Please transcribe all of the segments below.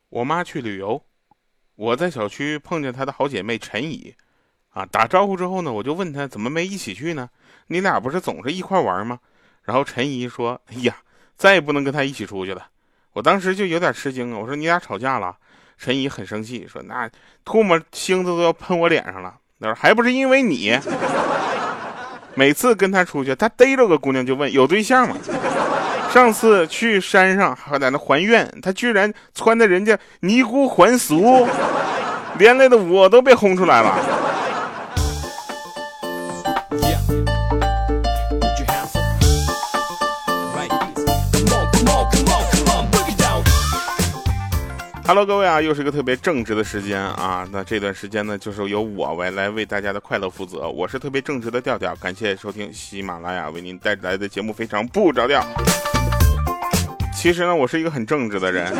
我妈去旅游，我在小区碰见她的好姐妹陈姨，打招呼之后呢，我就问她怎么没一起去呢？你俩不是总是一块玩吗？然后陈姨说：“哎呀，再也不能跟她一起出去了。”我当时就有点吃惊啊，我说：“你俩吵架了？”陈姨很生气，说：“那唾沫星子都要喷我脸上了。”她说：“还不是因为你。”每次跟她出去，她逮着个姑娘就问有对象吗？上次去山上还在那还愿，他居然撺掇人家尼姑还俗，连累的我都被轰出来了。Hello， 各位啊，又是一个特别正直的时间啊。那这段时间呢，就是由我来为大家的快乐负责。我是特别正直的调调，感谢收听喜马拉雅为您带来的节目，非常不着调。其实呢，我是一个很正直的人。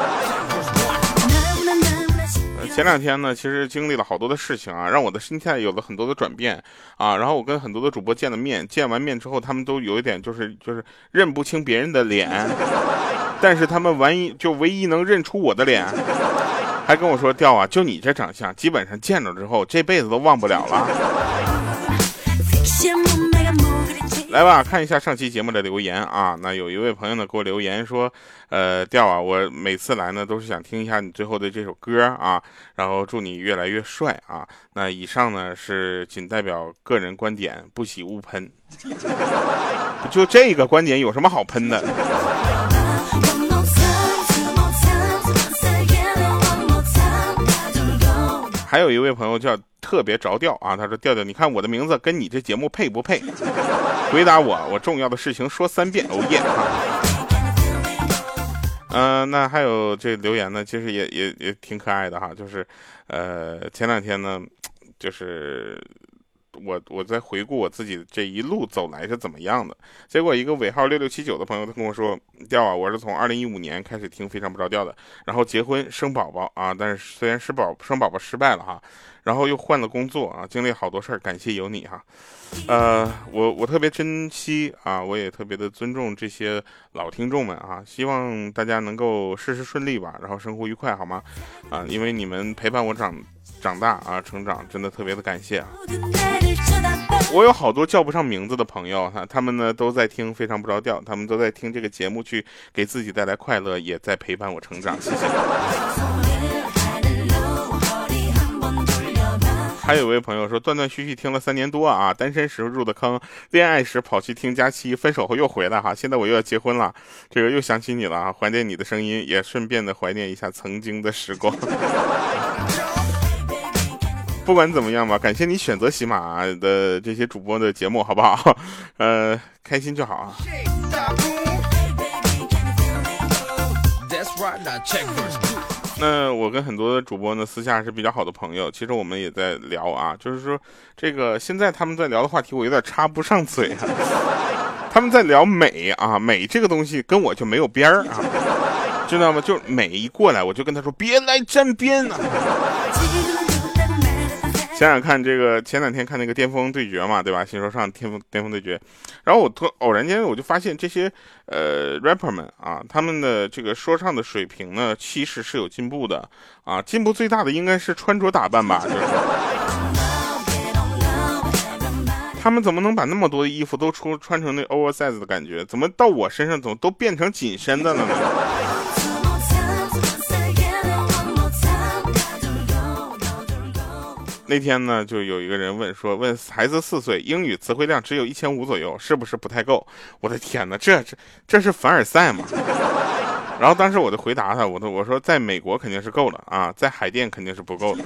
前两天呢，其实经历了好多的事情啊，让我的心态有了很多的转变啊。然后我跟很多的主播见了面，见完面之后，他们都有一点就是认不清别人的脸，但是他们唯一能认出我的脸，还跟我说：“调啊，就你这长相，基本上见着之后这辈子都忘不了了。”来吧，看一下上期节目的留言啊。那有一位朋友呢给我留言说，调啊，我每次来呢都是想听一下你最后的这首歌啊，然后祝你越来越帅啊。那以上呢是仅代表个人观点，不喜勿喷。就这个观点有什么好喷的？还有一位朋友叫特别着调啊，他说：“调调，你看我的名字跟你这节目配不配？”回答我重要的事情说3遍。哦耶！那还有这留言呢，其实也挺可爱的哈，就是前两天呢，就是我在回顾我自己这一路走来是怎么样的，结果一个尾号6679的朋友他跟我说：“调啊，我是从2015年开始听非常不着调的，然后结婚生宝宝啊，但是虽然生宝宝失败了哈，然后又换了工作啊，经历好多事儿，感谢有你哈。”我特别珍惜啊，我也特别的尊重这些老听众们啊，希望大家能够事事顺利吧，然后生活愉快好吗？因为你们陪伴我长大啊，成长，真的特别的感谢啊。我有好多叫不上名字的朋友哈，他们呢都在听非常不着调，他们都在听这个节目去给自己带来快乐，也在陪伴我成长，谢谢。还有一位朋友说，断断续续听了3年多啊，单身时入的坑，恋爱时跑去听佳期，分手后又回来哈，现在我又要结婚了，这个又想起你了啊，怀念你的声音，也顺便的怀念一下曾经的时光。不管怎么样吧，感谢你选择喜马的这些主播的节目，好不好？开心就好啊。那我跟很多的主播呢私下是比较好的朋友，其实我们也在聊啊，就是说这个现在他们在聊的话题我有点插不上嘴啊。他们在聊美啊，美这个东西跟我就没有边儿啊，知道吗？就美一过来我就跟他说别来沾边啊。想想看，这个前两天看那个巅峰对决嘛，对吧？新说唱巅峰对决，然后我偶然间我就发现这些rapper 们啊，他们的这个说唱的水平呢，其实是有进步的啊。进步最大的应该是穿着打扮吧，就是他们怎么能把那么多的衣服都穿成那 oversize 的感觉？怎么到我身上怎么都变成紧身的了呢？那天呢，就有一个人问孩子4岁，英语词汇量只有1500左右，是不是不太够？我的天哪，这是凡尔赛吗？然后当时我就回答他，我说在美国肯定是够了啊，在海淀肯定是不够的。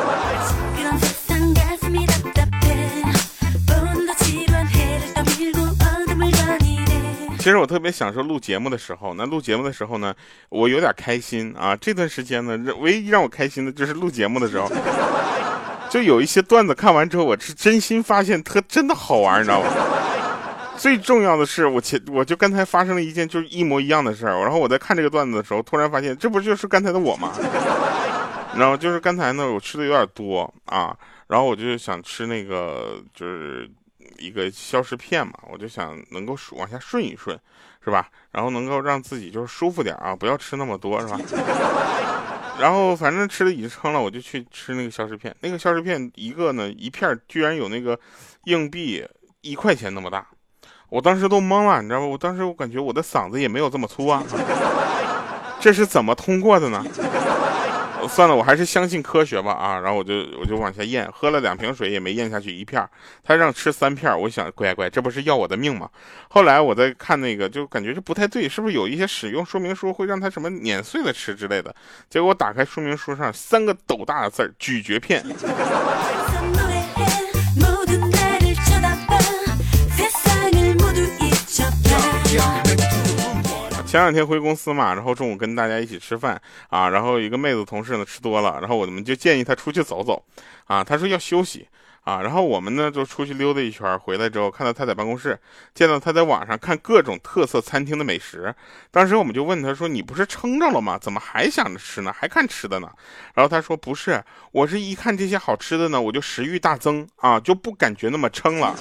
其实我特别享受录节目的时候，我有点开心啊。这段时间呢，唯一让我开心的就是录节目的时候。就有一些段子看完之后，我是真心发现真的好玩，你知道吗？最重要的是，我就刚才发生了一件就是一模一样的事儿，然后我在看这个段子的时候，突然发现这不就是刚才的我吗？然后就是刚才呢，我吃的有点多啊，然后我就想吃那个就是一个消食片嘛，我就想能够往下顺一顺，是吧？然后能够让自己就是舒服点啊，不要吃那么多，是吧？ 然后反正吃的已经撑了，我就去吃那个消食片。那个消食片一个呢，一片居然有那个硬币1块钱那么大，我当时都懵了，你知道吗？我当时我感觉我的嗓子也没有这么粗啊，这是怎么通过的呢？算了，我还是相信科学吧啊！然后我就往下咽，喝了2瓶水也没咽下去一片，他让吃3片，我想乖乖，这不是要我的命吗？后来我在看那个，就感觉这不太对，是不是有一些使用说明书会让他什么碾碎了吃之类的？结果我打开说明书上3个斗大的字儿：咀嚼片。前2天回公司嘛，然后中午跟大家一起吃饭啊，然后一个妹子同事呢吃多了，然后我们就建议她出去走走啊，她说要休息啊，然后我们呢就出去溜达一圈，回来之后看到她在办公室，见到她在网上看各种特色餐厅的美食，当时我们就问她说，你不是撑着了吗？怎么还想着吃呢？还看吃的呢？然后她说不是，我是一看这些好吃的呢，我就食欲大增啊，就不感觉那么撑了。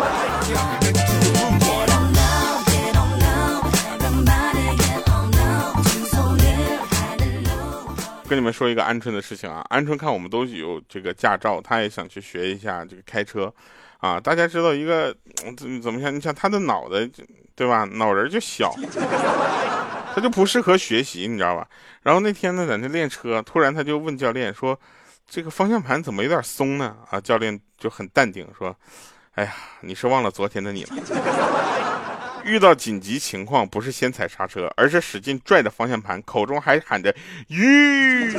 跟你们说一个鹌鹑的事情啊，鹌鹑看我们都有这个驾照，他也想去学一下这个开车，啊，大家知道一个怎么想？你想他的脑袋，对吧？脑仁就小，他就不适合学习，你知道吧？然后那天呢，在那练车，突然他就问教练说：“这个方向盘怎么有点松呢？”啊，教练就很淡定说：“哎呀，你是忘了昨天的你了。”遇到紧急情况，不是先踩刹车，而是使劲拽着方向盘，口中还喊着“吁”。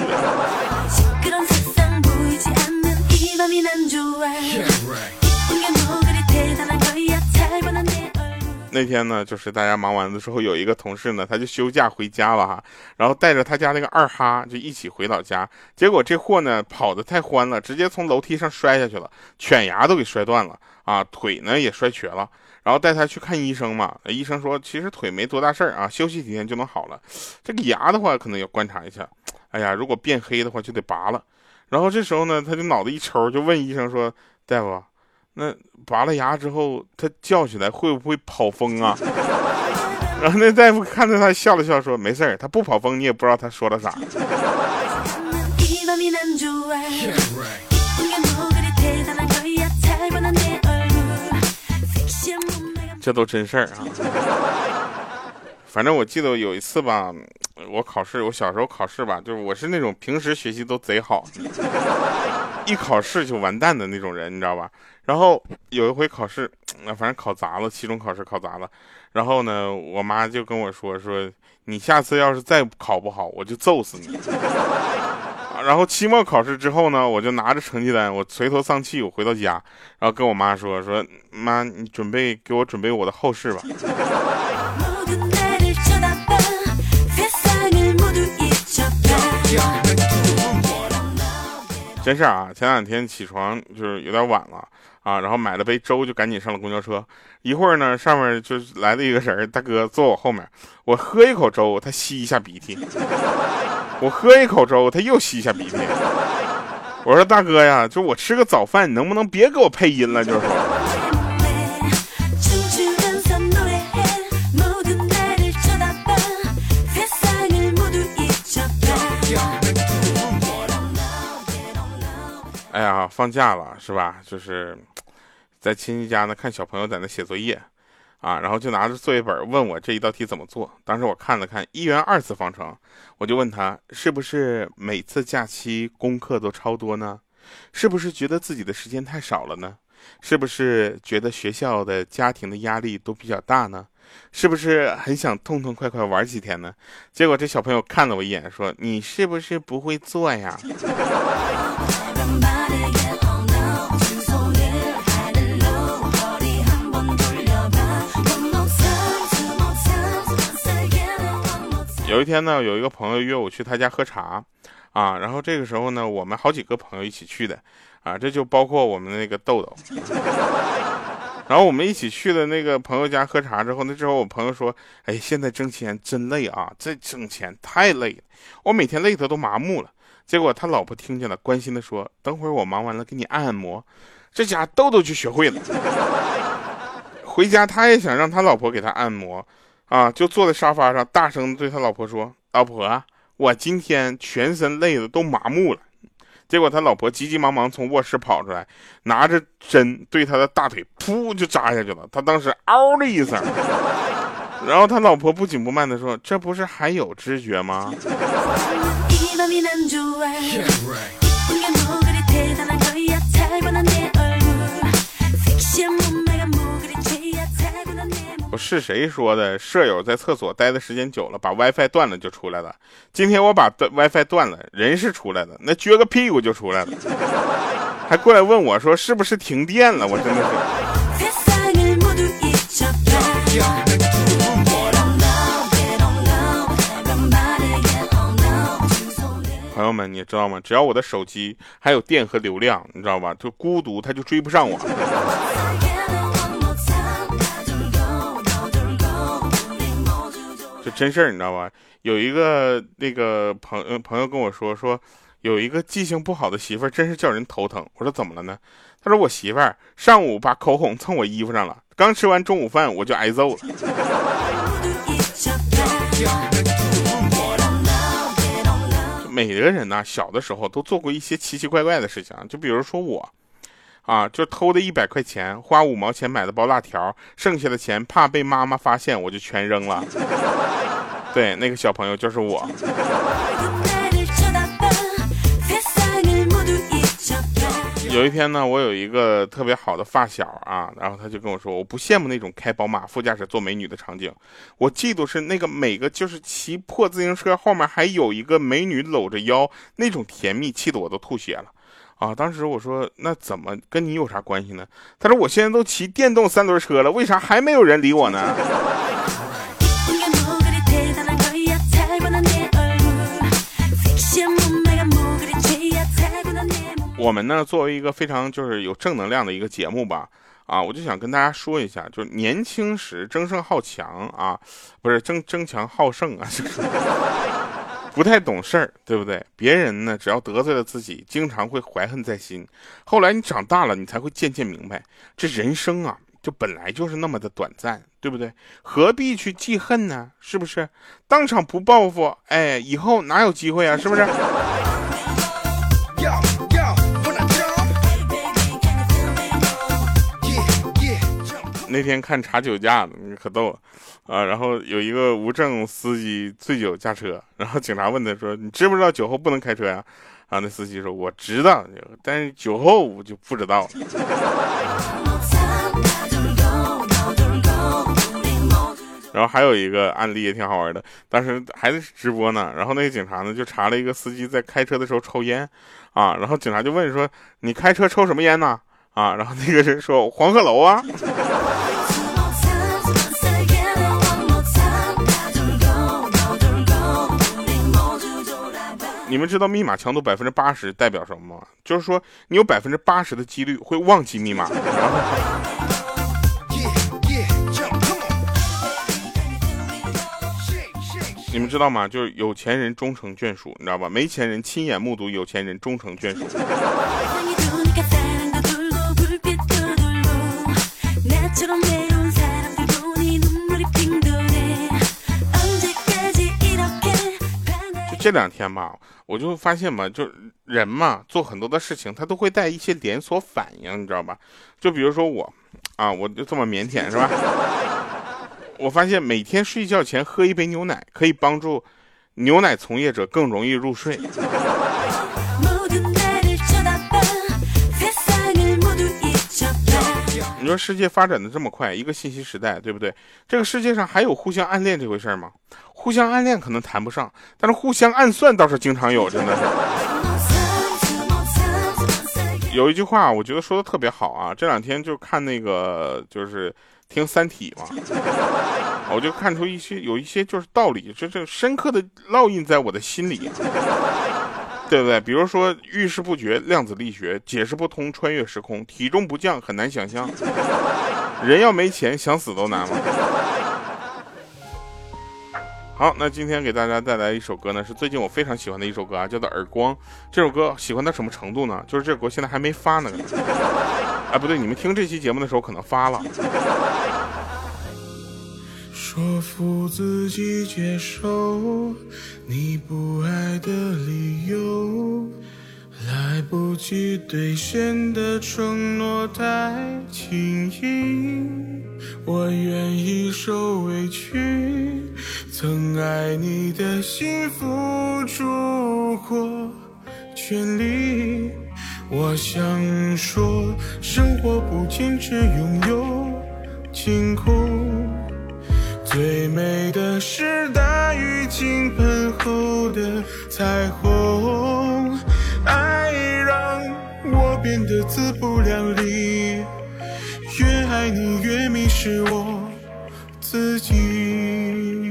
那天呢，就是大家忙完的时候，有一个同事呢，他就休假回家了哈，然后带着他家那个2哈就一起回老家，结果这货呢跑得太欢了，直接从楼梯上摔下去了，犬牙都给摔断了啊，腿呢也摔瘸了。然后带他去看医生嘛，医生说其实腿没多大事儿啊，休息几天就能好了。这个牙的话可能要观察一下，哎呀，如果变黑的话就得拔了。然后这时候呢，他就脑子一抽，就问医生说：“大夫，那拔了牙之后，他叫起来会不会跑风啊？”然后那大夫看着他笑了笑说：“没事儿，他不跑风，你也不知道他说了啥。”这都真事儿啊！反正我记得有一次吧，我小时候考试吧，就是我是那种平时学习都贼好，一考试就完蛋的那种人，你知道吧？然后有一回考试，反正考砸了，期中考试考砸了。然后呢，我妈就跟我说你下次要是再考不好，我就揍死你。然后期末考试之后呢，我就拿着成绩单，我垂头丧气，我回到家，然后跟我妈说妈，你给我准备我的后事吧。真事啊，前2天起床就是有点晚了啊，然后买了杯粥就赶紧上了公交车。一会儿呢，上面就来了一个人，大哥坐我后面，我喝一口粥，他吸一下鼻涕。我喝一口粥，他又吸一下鼻涕。我说大哥呀，就我吃个早饭，你能不能别给我配音了？就是说，哎呀，放假了是吧？就是在亲戚家呢，看小朋友在那写作业。啊，然后就拿着作业本问我这一道题怎么做。当时我看了看1元2次方程，我就问他是不是每次假期功课都超多呢？是不是觉得自己的时间太少了呢？是不是觉得学校的家庭的压力都比较大呢？是不是很想痛痛快快玩几天呢？结果这小朋友看了我一眼说：“你是不是不会做呀？”有一天呢，有一个朋友约我去他家喝茶，啊，然后这个时候呢，我们好几个朋友一起去的，啊，这就包括我们的那个豆豆。然后我们一起去的那个朋友家喝茶之后，那之后我朋友说：“哎，现在挣钱真累啊，这挣钱太累了，我每天累得都麻木了。”结果他老婆听见了，关心的说：“等会儿我忙完了给你按按摩。”这家豆豆就学会了，回家他也想让他老婆给他按摩。啊，就坐在沙发上，大声对他老婆说：“老婆， 我今天全身累的都麻木了。结果他老婆急急忙忙从卧室跑出来，拿着针对他的大腿噗就扎下去了。他当时嗷的一声，然后他老婆不紧不慢的说：“这不是还有知觉吗？”我是谁说的？舍友在厕所待的时间久了，把 WiFi 断了就出来了。今天我把 WiFi 断了，人是出来的，那撅个屁股就出来了，还过来问我说是不是停电了？我真的是。朋友们，你知道吗？只要我的手机还有电和流量，你知道吧？就孤独，他就追不上我。这真事儿，你知道吧？有一个那个朋友跟我说有一个记性不好的媳妇儿，真是叫人头疼。我说怎么了呢？他说我媳妇儿上午把口红蹭我衣服上了，刚吃完中午饭我就挨揍了。每个人呢，小的时候都做过一些奇奇怪怪的事情，就比如说我。就偷的100块钱，花5毛钱买的包辣条，剩下的钱怕被妈妈发现，我就全扔了。对，那个小朋友就是我。有一天呢，我有一个特别好的发小啊，然后他就跟我说，我不羡慕那种开宝马副驾驶坐美女的场景，我嫉妒是那个每个就是骑破自行车后面还有一个美女搂着腰，那种甜蜜，气得我都吐血了。当时我说那怎么跟你有啥关系呢？他说我现在都骑电动3轮车了，为啥还没有人理我呢？我们呢作为一个非常就是有正能量的一个节目吧，我就想跟大家说一下，就是年轻时争胜好强不是争强好胜啊，不太懂事儿，对不对？别人呢，只要得罪了自己，经常会怀恨在心。后来你长大了，你才会渐渐明白，这人生就本来就是那么的短暂，对不对？何必去记恨呢？是不是？当场不报复，以后哪有机会啊？是不是？那天看查酒驾的，可逗了。然后有一个无证司机醉酒驾车，然后警察问他说：“你知不知道酒后不能开车呀？”那司机说：“我知道，但是酒后我就不知道了。”然后还有一个案例也挺好玩的，当时还在直播呢，然后那个警察呢就查了一个司机在开车的时候抽烟，然后警察就问说：“你开车抽什么烟呢？”然后那个人说：“黄鹤楼啊。”你们知道密码强度80%代表什么吗？就是说你有80%的几率会忘记密码。你们知道吗？就是有钱人终成眷属，你知道吧？没钱人亲眼目睹有钱人终成眷属。这2天吧，我就发现嘛，就人嘛，做很多的事情，他都会带一些连锁反应，你知道吧？就比如说我就这么腼腆是吧？我发现每天睡觉前喝一杯牛奶，可以帮助牛奶从业者更容易入睡。你说世界发展的这么快，一个信息时代，对不对？这个世界上还有互相暗恋这回事吗？互相暗恋可能谈不上，但是互相暗算倒是经常有，真的是。有一句话我觉得说的特别好这2天就看那个就是听三体嘛，我就看出有一些就是道理，这深刻的烙印在我的心里对不对？比如说遇事不决，量子力学解释不通，穿越时空，体重不降很难想象，人要没钱想死都难了。好，那今天给大家带来一首歌呢，是最近我非常喜欢的一首歌叫做《耳光》。这首歌喜欢到什么程度呢？就是这首歌现在还没发呢。不对，你们听这期节目的时候可能发了。 说服自己接受你不爱的理由，来不及兑现的承诺太轻易，我愿意受委屈，曾爱你的心付出过全力。我想说，生活不仅只拥有晴空，最美的是大雨倾盆后的彩虹。爱让我变得自不量力，越爱你越迷失我自己。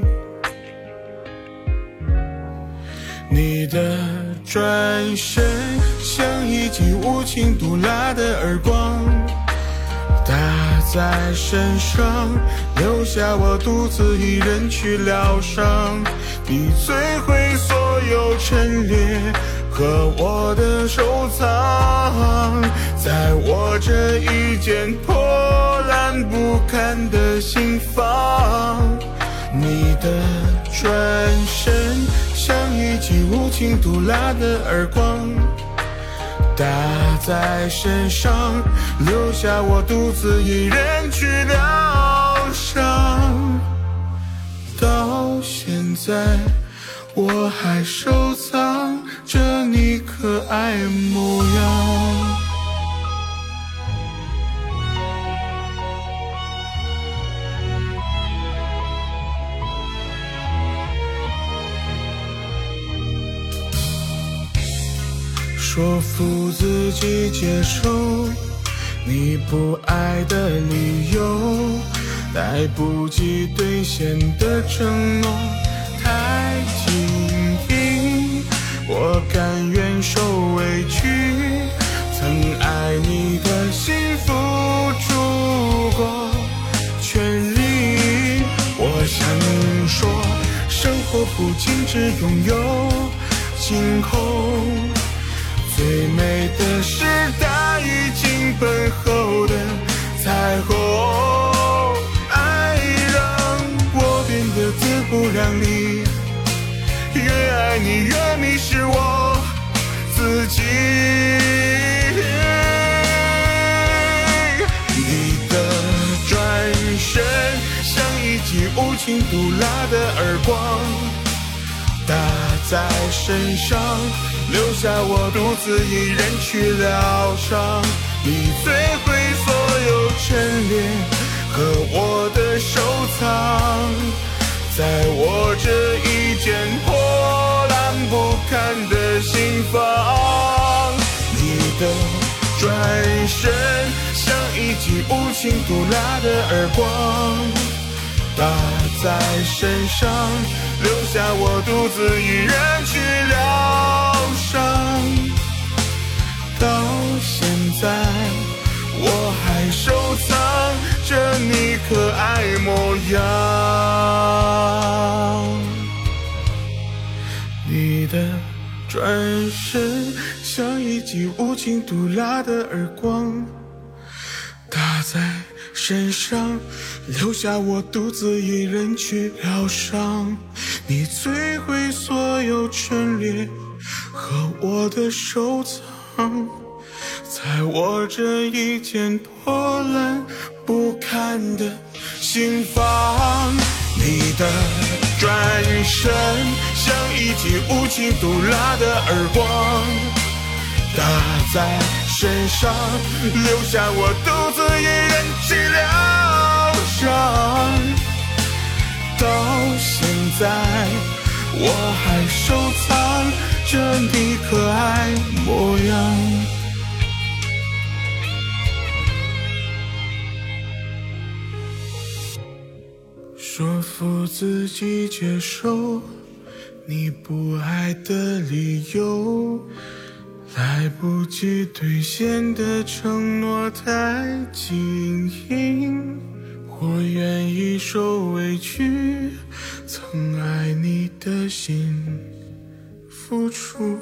你的转身像一记无情毒辣的耳光，打在身上，留下我独自一人去疗伤。你摧毁所有陈列和我的收藏，在我这一间破烂不堪的心房。你的转身像一记无情毒辣的耳光，打在身上，留下我独自一人去疗伤。到现在我还收藏着你可爱模样。说服自己接受你不爱的理由，来不及兑现的承诺太轻易，我甘愿受委屈，曾爱你的心付出过全力。我想说，生活不仅只拥有晴空，最美的是大雨倾盆后的彩虹。爱让我变得自不量力，越爱你越迷失我自己。你的转身像一记无情毒辣的耳光，打在身上，留下我独自一人去疗伤。你摧毁所有陈列和我的收藏，在我这一间破烂不堪的心房。你的转身像一记无情毒辣的耳光，打在身上，留下我独自一人去疗伤。到现在我还收藏着你可爱模样。你的转身像一记无情毒辣的耳光，打在身上，留下我独自一人去疗伤。你摧毁所有陈列和我的收藏，在我这一间破烂不堪的心房。你的转身像一记无情毒辣的耳光，打在身上，留下我独自一人去疗伤。到现在我还收藏着你可爱模样。说服自己接受你不爱的理由，来不及兑现的承诺太轻易，我愿意受委屈，曾爱你的心付出